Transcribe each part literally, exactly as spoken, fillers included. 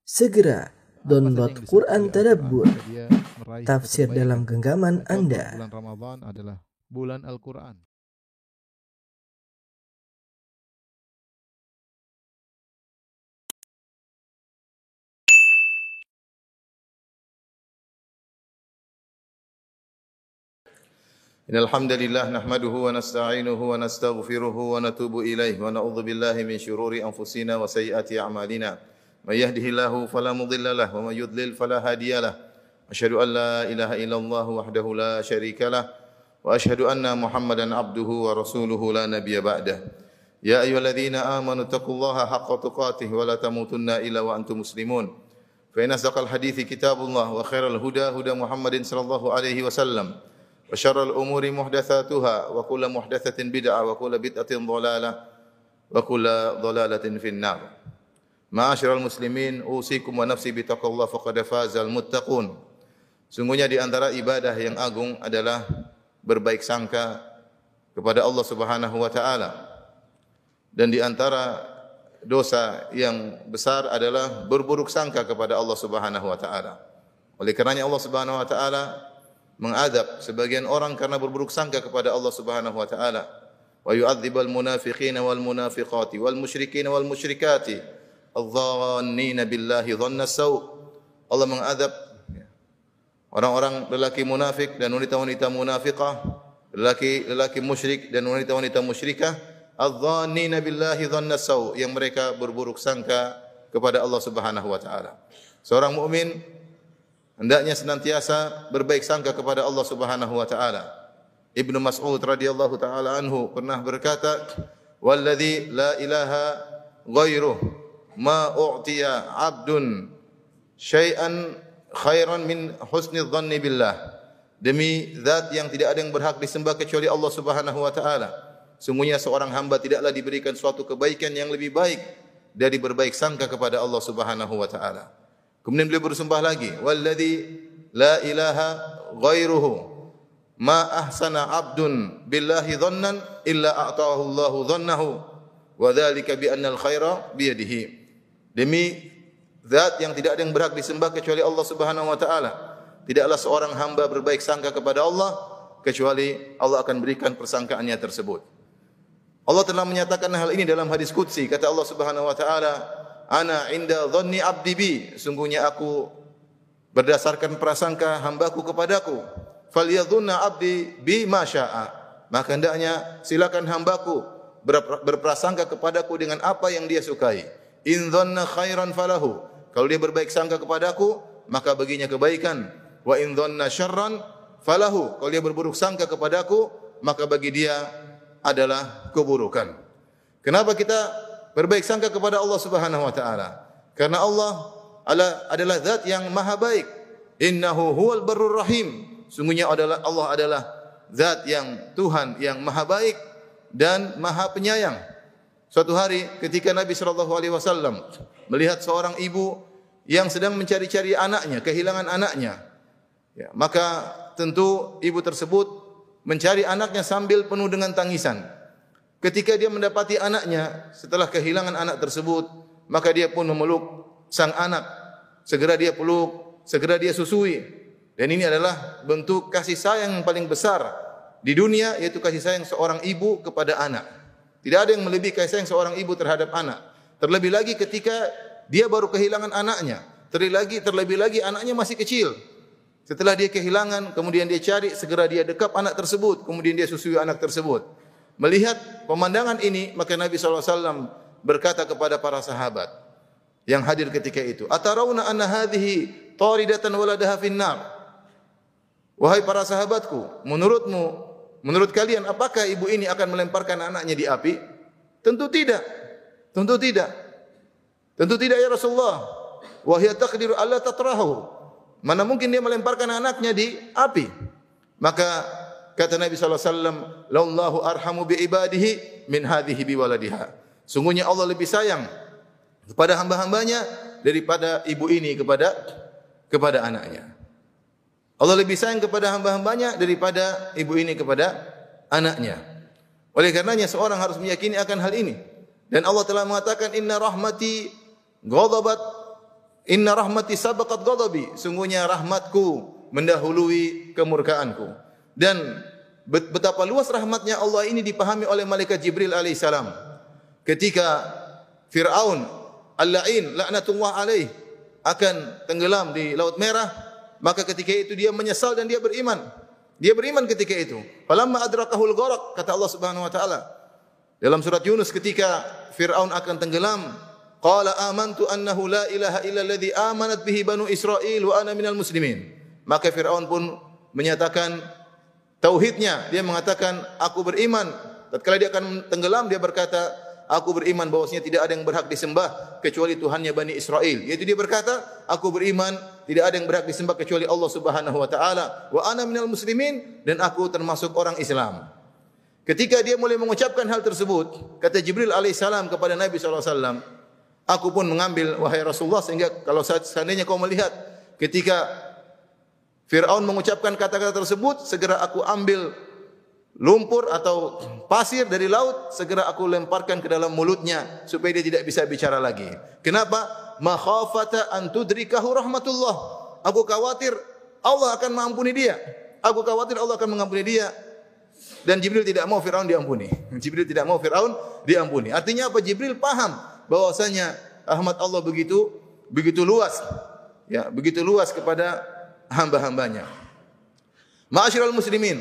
Segera download Quran Tadabbur, dia meraih tafsir kebaikan. dalam genggaman Contoh, Anda. Bulan Ramadan adalah bulan Al-Quran. Innal hamdalillah nahmaduhu wa nasta'inuhu wa nastaghfiruhu wa natubu ilaihi wa na'udzu billahi min shururi anfusina wa sayyiati a'malina. May yahdihillahu fala mudilla lahu wa may yudlil fala hadiyalah. Asyhadu an la ilaha illallah wahdahu la syarikalah wa asyhadu anna Muhammadan abduhu wa rasuluhu la nabiyya ba'dah. Ya ayyuhalladzina amanu taqullaha haqqa tuqatih wa la tamutunna illa wa antum muslimun. Fa inna asdaqal hadithi kitabullah wa khairal huda huda Muhammadin sallallahu alaihi wasallam. Wa syarrul umuri muhdatsatuha wa kullu muhdatsatin bid'ah wa kullu bid'atin dhalalah wa kullu dhalalatin finnar. Ma'asyiral muslimin, usikum wa nafsi bittaqwallah faqad fazal muttaqun. Sungguhnya di antara ibadah yang agung adalah berbaik sangka kepada Allah Subhanahu wa taala. Dan di antara dosa yang besar adalah berburuk sangka kepada Allah Subhanahu wa taala. Oleh karenanya Allah Subhanahu wa taala mengadab sebagian orang karena berburuk sangka kepada Allah Subhanahu wa taala. Wa yu'adzibul munafiqina wal munafiqati wal musyrikina wal musyrikati adh-dhannina billahi dhanna saw. Allah mengadab orang-orang lelaki munafik dan wanita-wanita munafiqah, lelaki-lelaki musyrik dan wanita-wanita musyrikah, adh-dhannina billahi dhanna saw, yang mereka berburuk sangka kepada Allah Subhanahu wa taala. Seorang mukmin hendaknya senantiasa berbaik sangka kepada Allah Subhanahu wa taala. Ibnu Mas'ud radhiyallahu taala anhu pernah berkata, "Walladzi la ilaha ghairuh ma u'tiya 'abdun syai'an khairan min husni dhanni billah." Demi zat yang tidak ada yang berhak disembah kecuali Allah Subhanahu wa taala, sungguhnya seorang hamba tidaklah diberikan suatu kebaikan yang lebih baik dari berbaik sangka kepada Allah Subhanahu wa taala. Kemudian beliau bersumpah lagi, "Walladzi la ilaha ghairuhu ma ahsana 'abdun billahi dhannan illa a'tahu Allahu dhannahu wa dzalika bi anna al-khaira bi yadihi." Demi zat yang tidak ada yang berhak disembah kecuali Allah Subhanahu wa taala, tidaklah seorang hamba berbaik sangka kepada Allah kecuali Allah akan berikan persangkaannya tersebut. Allah telah menyatakan hal ini dalam hadis qudsi. Kata Allah Subhanahu wa taala, "Ana inda dhanni 'abdi bi." Sungguhnya aku berdasarkan prasangka hambaku kepadaku. "Falyadhunna 'abdi bi ma syaa." Maka hendaknya silakan hambaku berprasangka kepadaku dengan apa yang dia sukai. "In dhanna khairan falahu." Kalau dia berbaik sangka kepadaku, maka baginya kebaikan. "Wa in dhanna syarran falahu." Kalau dia berburuk sangka kepadaku, maka bagi dia adalah keburukan. Kenapa kita berbaik sangka kepada Allah Subhanahu wa taala? Karena Allah adalah zat yang maha baik. Innahu huwal barrur rahim. Sungguhnya adalah Allah adalah zat yang Tuhan yang maha baik dan maha penyayang. Suatu hari ketika Nabi sallallahu alaihi wasallam melihat seorang ibu yang sedang mencari-cari anaknya, kehilangan anaknya, ya, maka tentu ibu tersebut mencari anaknya sambil penuh dengan tangisan. Ketika dia mendapati anaknya setelah kehilangan anak tersebut, maka dia pun memeluk sang anak. Segera dia peluk, segera dia susui. Dan ini adalah bentuk kasih sayang yang paling besar di dunia, yaitu kasih sayang seorang ibu kepada anak. Tidak ada yang melebihi kasih sayang seorang ibu terhadap anak. Terlebih lagi ketika dia baru kehilangan anaknya. Terlebih lagi, terlebih lagi anaknya masih kecil. Setelah dia kehilangan, kemudian dia cari, segera dia dekap anak tersebut, kemudian dia susui anak tersebut. Melihat pemandangan ini, maka Nabi sallallahu alaihi wasallam berkata kepada para sahabat yang hadir ketika itu, "Atarawna anna hadhihi taridatan waladaha finnar?" Wahai para sahabatku, menurutmu, menurut kalian apakah ibu ini akan melemparkan anaknya di api? Tentu tidak. Tentu tidak. Tentu tidak ya Rasulullah. Wa hiya taqdiru alla tatrahu. Mana mungkin dia melemparkan anaknya di api? Maka kata Nabi sallallahu alaihi wasallam, "Lallahu arhamu bi ibadihi min hadhihi bi waladiha." Sungguhnya Allah lebih sayang kepada hamba-hambanya daripada ibu ini kepada kepada anaknya. Allah lebih sayang kepada hamba-hambanya daripada ibu ini kepada anaknya. Oleh karenanya seorang harus meyakini akan hal ini. Dan Allah telah mengatakan, "Inna rahmati ghadabat Inna rahmati sabaqat ghadabi, sungguhnya rahmatku mendahului kemurkaanku. Dan betapa luas rahmatnya Allah ini dipahami oleh malaikat Jibril alaihissalam. Ketika Fir'aun al-la'in laknatullah alaih akan tenggelam di Laut Merah, maka ketika itu dia menyesal dan dia beriman. Dia beriman ketika itu. Falamma adrakahul gharaq, kata Allah Subhanahu wa taala dalam surat Yunus ketika Fir'aun akan tenggelam, qala amantu annahu la ilaha illa alladhi amanat bihi banu Israil wa ana minal muslimin. Maka Fir'aun pun menyatakan tauhidnya, dia mengatakan aku beriman. Tatkala dia akan tenggelam dia berkata, aku beriman bahwasanya tidak ada yang berhak disembah kecuali Tuhannya Bani Israel. Yaitu dia berkata, aku beriman tidak ada yang berhak disembah kecuali Allah Subhanahu wa taala, wa ana minal muslimin, dan aku termasuk orang Islam. Ketika dia mulai mengucapkan hal tersebut, kata Jibril alaihissalam kepada Nabi sallallahu alaihi wasallam, aku pun mengambil wahai Rasulullah, sehingga kalau seandainya kau melihat ketika Fir'aun mengucapkan kata-kata tersebut, segera aku ambil lumpur atau pasir dari laut, segera aku lemparkan ke dalam mulutnya supaya dia tidak bisa bicara lagi. Kenapa? Makhafata an tudrikahu rahmatullah. Aku khawatir Allah akan mengampuni dia. Aku khawatir Allah akan mengampuni dia. Dan Jibril tidak mau Fir'aun diampuni. Jibril tidak mau Fir'aun diampuni. Artinya apa? Jibril paham bahwasanya rahmat Allah begitu begitu luas. Ya, begitu luas kepada hamba-hambanya. Ma'asyiral muslimin,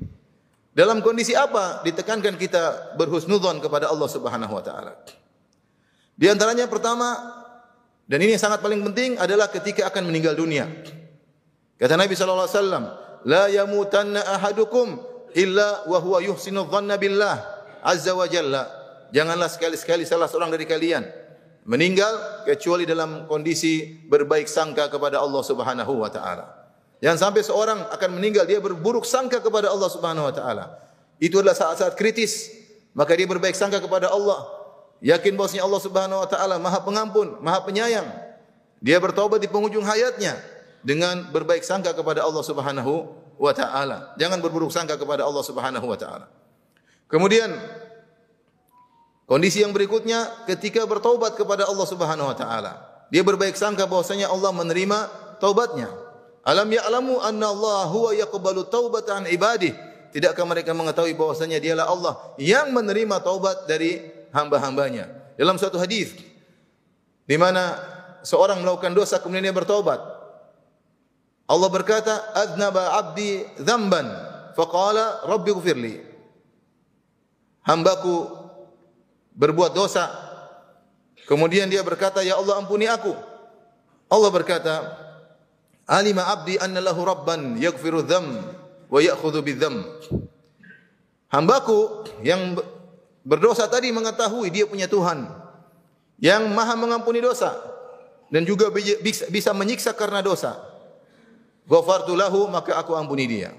dalam kondisi apa ditekankan kita berhusnudzon kepada Allah Subhanahu wa taala? Di antaranya pertama, dan ini yang sangat paling penting adalah ketika akan meninggal dunia. Kata Nabi sallallahu alaihi wasallam, la yamutanna ahadukum illa wa huwa yuhsinu dhanna billah azza wa jalla. Janganlah sekali-sekali salah seorang dari kalian meninggal kecuali dalam kondisi berbaik sangka kepada Allah Subhanahu wa taala. Jangan sampai seorang akan meninggal dia berburuk sangka kepada Allah Subhanahu wa taala. Itu adalah saat-saat kritis, maka dia berbaik sangka kepada Allah. Yakin bahwasanya Allah Subhanahu wa taala Maha Pengampun, Maha Penyayang. Dia bertobat di penghujung hayatnya dengan berbaik sangka kepada Allah Subhanahu wa taala. Jangan berburuk sangka kepada Allah Subhanahu wa taala. Kemudian kondisi yang berikutnya ketika bertaubat kepada Allah Subhanahu wa taala. Dia berbaik sangka bahwasanya Allah menerima taubatnya. Alam ya'lamu anna Allah huwa yaqbalu taubata an ibadih. Tidakkah mereka mengetahui bahwasanya dialah Allah yang menerima taubat dari hamba-hambanya. Dalam suatu hadis di mana seorang melakukan dosa kemudian dia bertaubat, Allah berkata, "Adnaba 'abdi dzamban, faqala rabbi ighfirli." Hambaku berbuat dosa, kemudian dia berkata, "Ya Allah, ampuni aku." Allah berkata, "Alima 'abdi anna lahu rabban yaghfiru dzam wa ya'khudhu bidzam." Hambaku yang berdosa tadi mengetahui dia punya Tuhan yang Maha mengampuni dosa dan juga bisa menyiksa karena dosa. Ghafartu lahu, maka aku ampuni dia.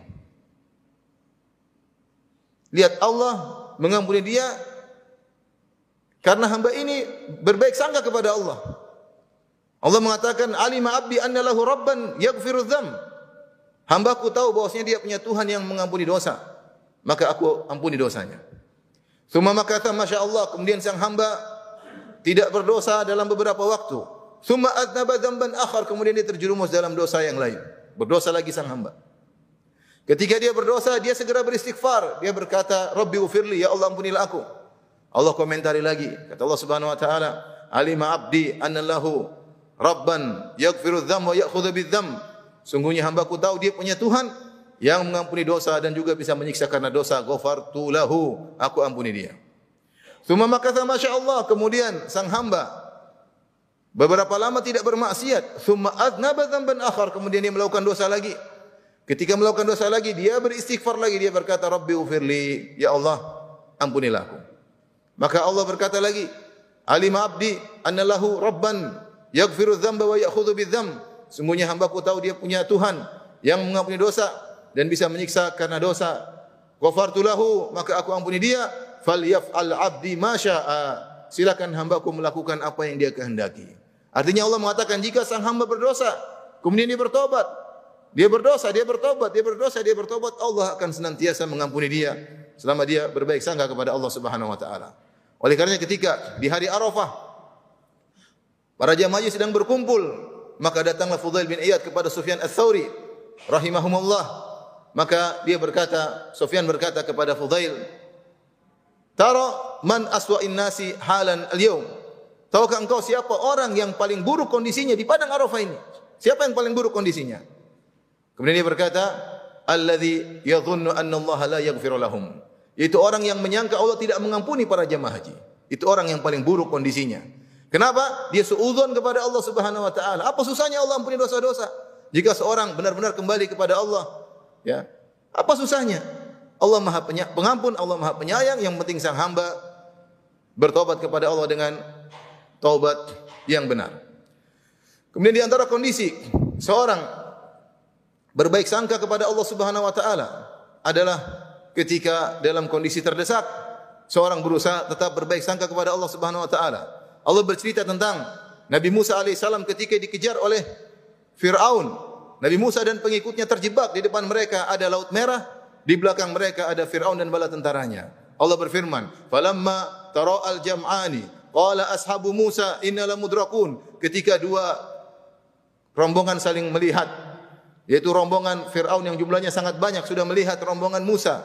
Lihat, Allah mengampuni dia karena hamba ini berbaik sangka kepada Allah. Allah mengatakan, "Alima 'abdi anna lahu rabban yaghfiru dzam." Hambaku tahu bahwasanya dia punya Tuhan yang mengampuni dosa, maka aku ampuni dosanya. Tsumma makatha masyaallah, kemudian sang hamba tidak berdosa dalam beberapa waktu. Tsumma adnaba dzamban akhar, kemudian dia terjerumus dalam dosa yang lain. Berdosa lagi sang hamba. Ketika dia berdosa, dia segera beristighfar. Dia berkata, "Rabbi ufirli, ya Allah ampunilah aku." Allah komentari lagi, kata Allah Subhanahu wa taala, "Alima 'abdi anna lahu rabban yaghfiru dzam wa ya'khudhu bidzam." Sungguhnya hambaku tahu dia punya Tuhan yang mengampuni dosa dan juga bisa menyiksa karena dosa. Ghafartu lahu, aku ampuni dia. Tsumma makatha masyaallah, kemudian sang hamba beberapa lama tidak bermaksiat. Tsumma adnaba dzamban akhar, kemudian dia melakukan dosa lagi. Ketika melakukan dosa lagi, dia beristighfar lagi, dia berkata, "Rabbi ufirli, ya Allah ampunilah aku." Maka Allah berkata lagi, "Alima 'abdi anna lahu rabban yaghfiru dzamba wa ya'khudhu bidzam." Sungguhnya hambaku tahu dia punya Tuhan yang mengampuni dosa dan bisa menyiksa karena dosa. Ghafartu lahu, maka aku ampuni dia. Falyaf'al 'abdi ma syaa. Silakan hambaku melakukan apa yang dia kehendaki. Artinya Allah mengatakan jika sang hamba berdosa, kemudian dia bertobat, dia berdosa, dia bertobat, dia berdosa, dia bertobat, Allah akan senantiasa mengampuni dia selama dia berbaik sangka kepada Allah Subhanahu wa taala. Oleh karenanya ketika di hari Arafah para jamaah sedang berkumpul maka datanglah Fudail bin Iyad kepada Sufyan Ats-Tsauri rahimahumullah. Maka dia berkata, Sufyan berkata kepada Fudail, "Tara man aswa'in nasi halan al-yawm?" Tahukah engkau siapa orang yang paling buruk kondisinya di padang Arafah ini? Siapa yang paling buruk kondisinya? Kemudian dia berkata, "Alladzi yadhunnu anna Allah la yaghfiru lahum." Yaitu orang yang menyangka Allah tidak mengampuni para jemaah haji. Itu orang yang paling buruk kondisinya. Kenapa? Dia suudzon kepada Allah Subhanahu wa taala. Apa susahnya Allah ampuni dosa-dosa? Jika seorang benar-benar kembali kepada Allah, ya. Apa susahnya? Allah Maha Pengampun, Allah Maha Penyayang, yang penting sang hamba bertobat kepada Allah dengan taubat yang benar. Kemudian di antara kondisi seorang berbaik sangka kepada Allah Subhanahu wa taala adalah ketika dalam kondisi terdesak, seorang berusaha tetap berbaik sangka kepada Allah Subhanahu wa taala. Allah bercerita tentang Nabi Musa alaihissalam ketika dikejar oleh Fir'aun. Nabi Musa dan pengikutnya terjebak, di depan mereka ada Laut Merah, di belakang mereka ada Fir'aun dan bala tentaranya. Allah berfirman, "Falamma tara'al jam'ani qala ashabu Musa inna lamudrakun." Ketika dua rombongan saling melihat, yaitu rombongan Fir'aun yang jumlahnya sangat banyak sudah melihat rombongan Musa,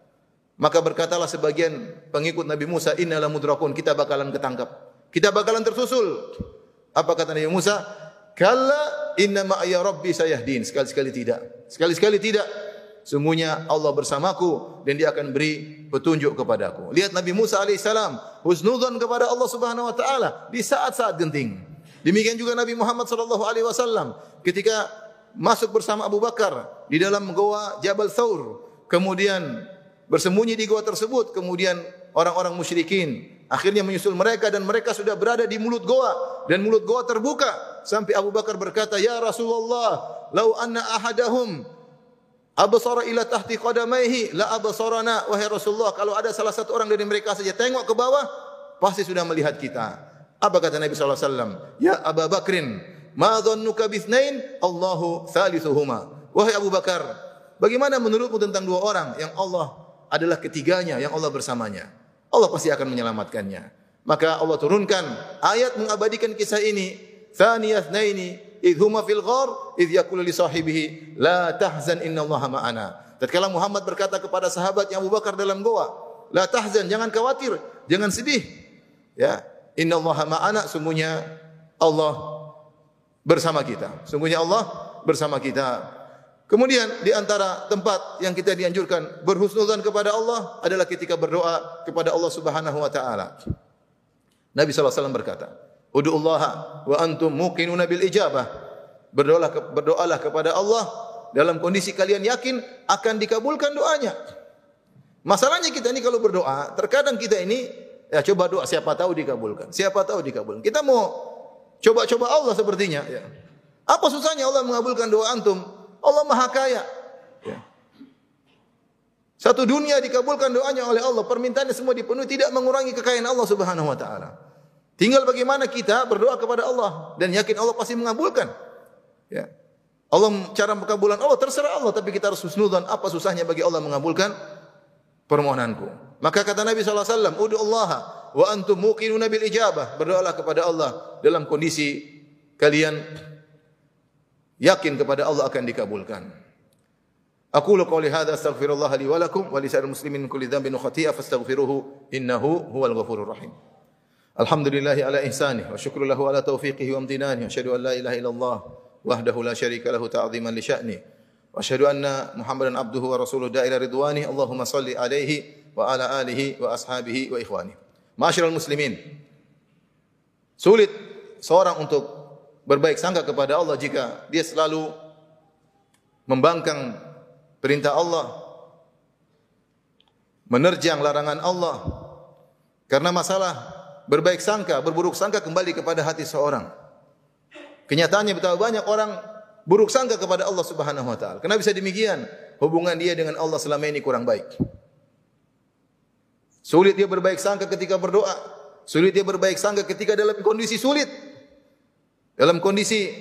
maka berkatalah sebagian pengikut Nabi Musa, "Inna lamudrakun," kita bakalan ketangkap, kita bakalan tersusul. Apa kata Nabi Musa? "Kalla inna ma'aya rabbi sayahdin." Sekali-sekali tidak. Sekali-sekali tidak. Sungguhnya Allah bersamaku dan Dia akan beri petunjuk kepadaku. Lihat Nabi Musa alaihissalam husnudzon kepada Allah Subhanahu wa taala di saat-saat genting. Demikian juga Nabi Muhammad sallallahu alaihi wasallam ketika masuk bersama Abu Bakar di dalam goa Jabal Thawr, kemudian bersembunyi di goa tersebut, kemudian orang-orang musyrikin akhirnya menyusul mereka dan mereka sudah berada di mulut goa dan mulut goa terbuka sampai Abu Bakar berkata, "Ya Rasulullah, lau anna ahadahum absara ila tahti qadamaihi la absarana." Wahai Rasulullah, kalau ada salah satu orang dari mereka saja tengok ke bawah, pasti sudah melihat kita. Apa kata Nabi sallallahu alaihi wasallam? "Ya Abu Bakrin, ma dhannuka bitsnain Allahu thalithuhuma." Wahai Abu Bakar, bagaimana menurutmu tentang dua orang yang Allah adalah ketiganya, yang Allah bersamanya? Allah pasti akan menyelamatkannya. Maka Allah turunkan ayat mengabadikan kisah ini. Tsaniyatnaini idh huma fil ghar idh yaqulu li sahibihi la tahzan innallaha ma'ana. Tatkala Muhammad berkata kepada sahabat yang Abu Bakar dalam goa, "La tahzan," jangan khawatir, jangan sedih. Ya, innallaha ma'ana, sungguhnya Allah bersama kita. Sungguhnya Allah bersama kita. Kemudian di antara tempat yang kita dianjurkan berhusnudzan kepada Allah adalah ketika berdoa kepada Allah Subhanahu wa taala. Nabi sallallahu alaihi wasallam berkata, "Ud'ullaha wa antum muqinuna bil ijabah." Berdoalah berdoalah kepada Allah dalam kondisi kalian yakin akan dikabulkan doanya. Masalahnya kita ini kalau berdoa, terkadang kita ini ya coba doa siapa tahu dikabulkan. Siapa tahu dikabulkan. Kita mau coba-coba Allah sepertinya, ya. Apa susahnya Allah mengabulkan doa antum? Allah Maha Kaya. Ya. Satu dunia dikabulkan doanya oleh Allah, permintaannya semua dipenuhi, tidak mengurangi kekayaan Allah Subhanahu wa taala. Tinggal bagaimana kita berdoa kepada Allah dan yakin Allah pasti mengabulkan. Ya. Allah, cara pengkabulan Allah terserah Allah, tapi kita harus husnudzan, apa susahnya bagi Allah mengabulkan permohonanku. Maka kata Nabi sallallahu alaihi wasallam, "Ud'ullaha wa antum muqinuna bil ijabah." Berdoalah kepada Allah dalam kondisi kalian yakin kepada Allah akan dikabulkan. Aqulu qouli hadza astaghfirullah li wa lakum wa li sa'iril muslimin min kulli dhanbin wa khati'ah fastaghfiruhu innahu huwal ghafurur rahim. Alhamdulillahi ala ihsanih wa syukru lahu ala taufiqihi wa amtinanihi wa asyhadu an la ilaha illallah wahdahu la syarika lahu ta'ziman li sya'ni wa asyhadu anna Muhammadan abduhu wa rasuluhu da'ila ridwani. Allahumma salli alaihi wa ala alihi wa ashabihi wa ikhwani. Ma'asyiral muslimin, sulit seorang untuk berbaik sangka kepada Allah jika dia selalu membangkang perintah Allah, menerjang larangan Allah. Karena masalah berbaik sangka, berburuk sangka kembali kepada hati seorang. Kenyataannya betapa banyak orang buruk sangka kepada Allah Subhanahu wa taala. Kenapa bisa demikian? Hubungan dia dengan Allah selama ini kurang baik. Sulit dia berbaik sangka ketika berdoa, sulit dia berbaik sangka ketika dalam kondisi sulit. Dalam kondisi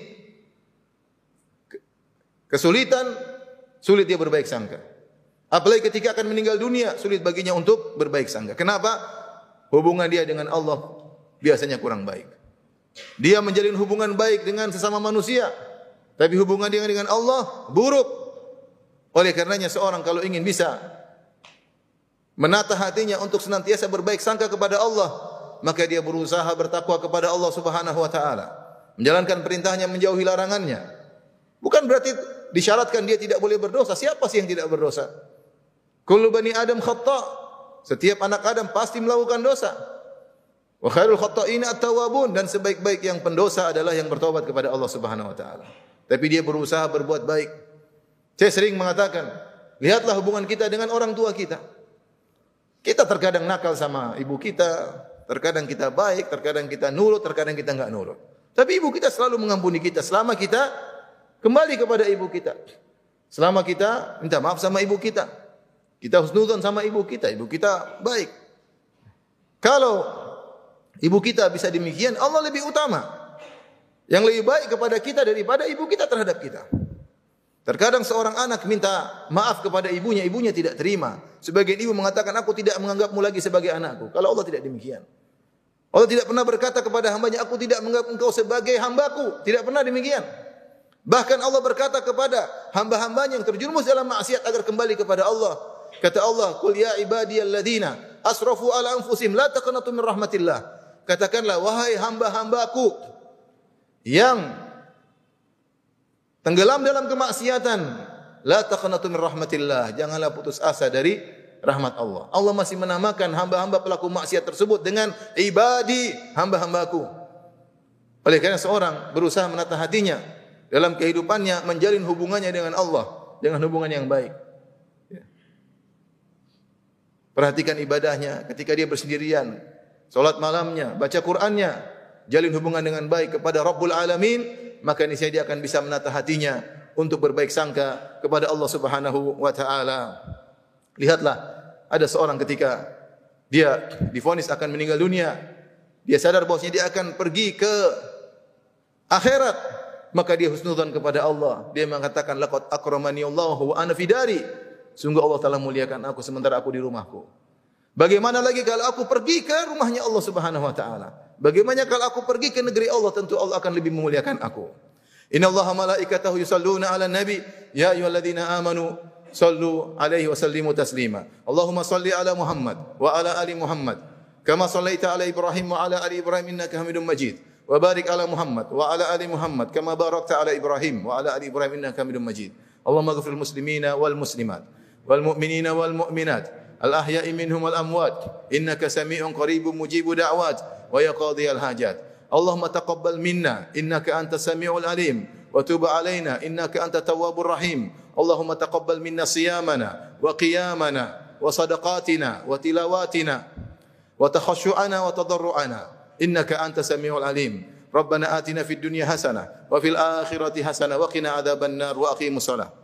kesulitan, sulit dia berbaik sangka. Apalagi ketika akan meninggal dunia, sulit baginya untuk berbaik sangka. Kenapa? Hubungan dia dengan Allah biasanya kurang baik. Dia menjalin hubungan baik dengan sesama manusia, tapi hubungan dia dengan Allah buruk. Oleh karenanya seorang kalau ingin bisa menata hatinya untuk senantiasa berbaik sangka kepada Allah, maka dia berusaha bertakwa kepada Allah Subhanahu wa taala, menjalankan perintahnya, menjauhi larangannya. Bukan berarti disyaratkan dia tidak boleh berdosa. Siapa sih yang tidak berdosa? Kullu bani Adam khata'. Setiap anak Adam pasti melakukan dosa. Wa khairul khata'ina at-tawwabun, dan sebaik-baik yang pendosa adalah yang bertobat kepada Allah Subhanahu wa taala. Tapi dia berusaha berbuat baik. Saya sering mengatakan, lihatlah hubungan kita dengan orang tua kita. Kita terkadang nakal sama ibu kita, terkadang kita baik, terkadang kita nurut, terkadang kita enggak nurut. Tapi ibu kita selalu mengampuni kita selama kita kembali kepada ibu kita. Selama kita minta maaf sama ibu kita. Kita husnudzon sama ibu kita, ibu kita baik. Kalau ibu kita bisa demikian, Allah lebih utama. Yang lebih baik kepada kita daripada ibu kita terhadap kita. Terkadang seorang anak minta maaf kepada ibunya, ibunya tidak terima. Sebagian ibu mengatakan, aku tidak menganggapmu lagi sebagai anakku. Kalau Allah tidak demikian. Allah tidak pernah berkata kepada hambanya, aku tidak menganggap engkau sebagai hambaku. Tidak pernah demikian. Bahkan Allah berkata kepada hamba-hambanya yang terjerumus dalam maksiat agar kembali kepada Allah. Kata Allah, "Qul ya ibadiyalladzina asrafu ala anfusihim la taqnatu min rahmatillah." Katakanlah, wahai hamba-hambaku yang tenggelam dalam kemaksiatan, la taqnatu min rahmatillah, janganlah putus asa dari rahmat Allah. Allah masih menamakan hamba-hamba pelaku maksiat tersebut dengan ibadi, hamba-hambaku. Oleh karena seorang berusaha menata hatinya dalam kehidupannya, menjalin hubungannya dengan Allah dengan hubungan yang baik. Perhatikan ibadahnya ketika dia bersendirian, salat malamnya, baca Qur'annya, jalin hubungan dengan baik kepada Rabbul Alamin, maka niscaya dia akan bisa menata hatinya untuk berbaik sangka kepada Allah Subhanahu wa taala. Lihatlah, ada seorang ketika dia divonis akan meninggal dunia, dia sadar bahwasanya dia akan pergi ke akhirat, maka dia husnudzon kepada Allah. Dia mengatakan, laqad akramani Allahu wa ana fi dari. Sungguh Allah telah muliakan aku sementara aku di rumahku. Bagaimana lagi kalau aku pergi ke rumahnya Allah Subhanahu wa taala? Bagaimana kalau aku pergi ke negeri Allah? Tentu Allah akan lebih memuliakan aku. Innallaha malaikatahu yusalluna 'alan nabi ya ayyuhalladzina amanu sallu 'alaihi wa sallimu taslima. Allahumma salli 'ala Muhammad wa 'ala ali Muhammad kama shallaita 'ala Ibrahim wa 'ala ali Ibrahim innaka Hamidum Majid. Wa barik 'ala Muhammad wa 'ala ali Muhammad kama barakta 'ala Ibrahim wa 'ala ali Ibrahim innaka Hamidum Majid. Allahumma ighfir muslimina wal muslimat wal mu'minina wal mu'minat al ahya'i minhum wal amwat innaka sami'un qaribun mujibud da'wat wa ya qadhiyal hajat. Allahumma taqabbal minna innaka antas sami'ul alim wa tub 'alaina innaka antat tawwabur rahim. Allahumma taqabbal minna siyamana wa qiyamana wa sadaqatina wa tilawatina wa takhashu'ana wa tadarru'ana innaka antas sami'ul alim. Rabbana atina fid dunya hasanah wa fil akhirati hasanah wa qina adzaban nar wa aqimus shalah.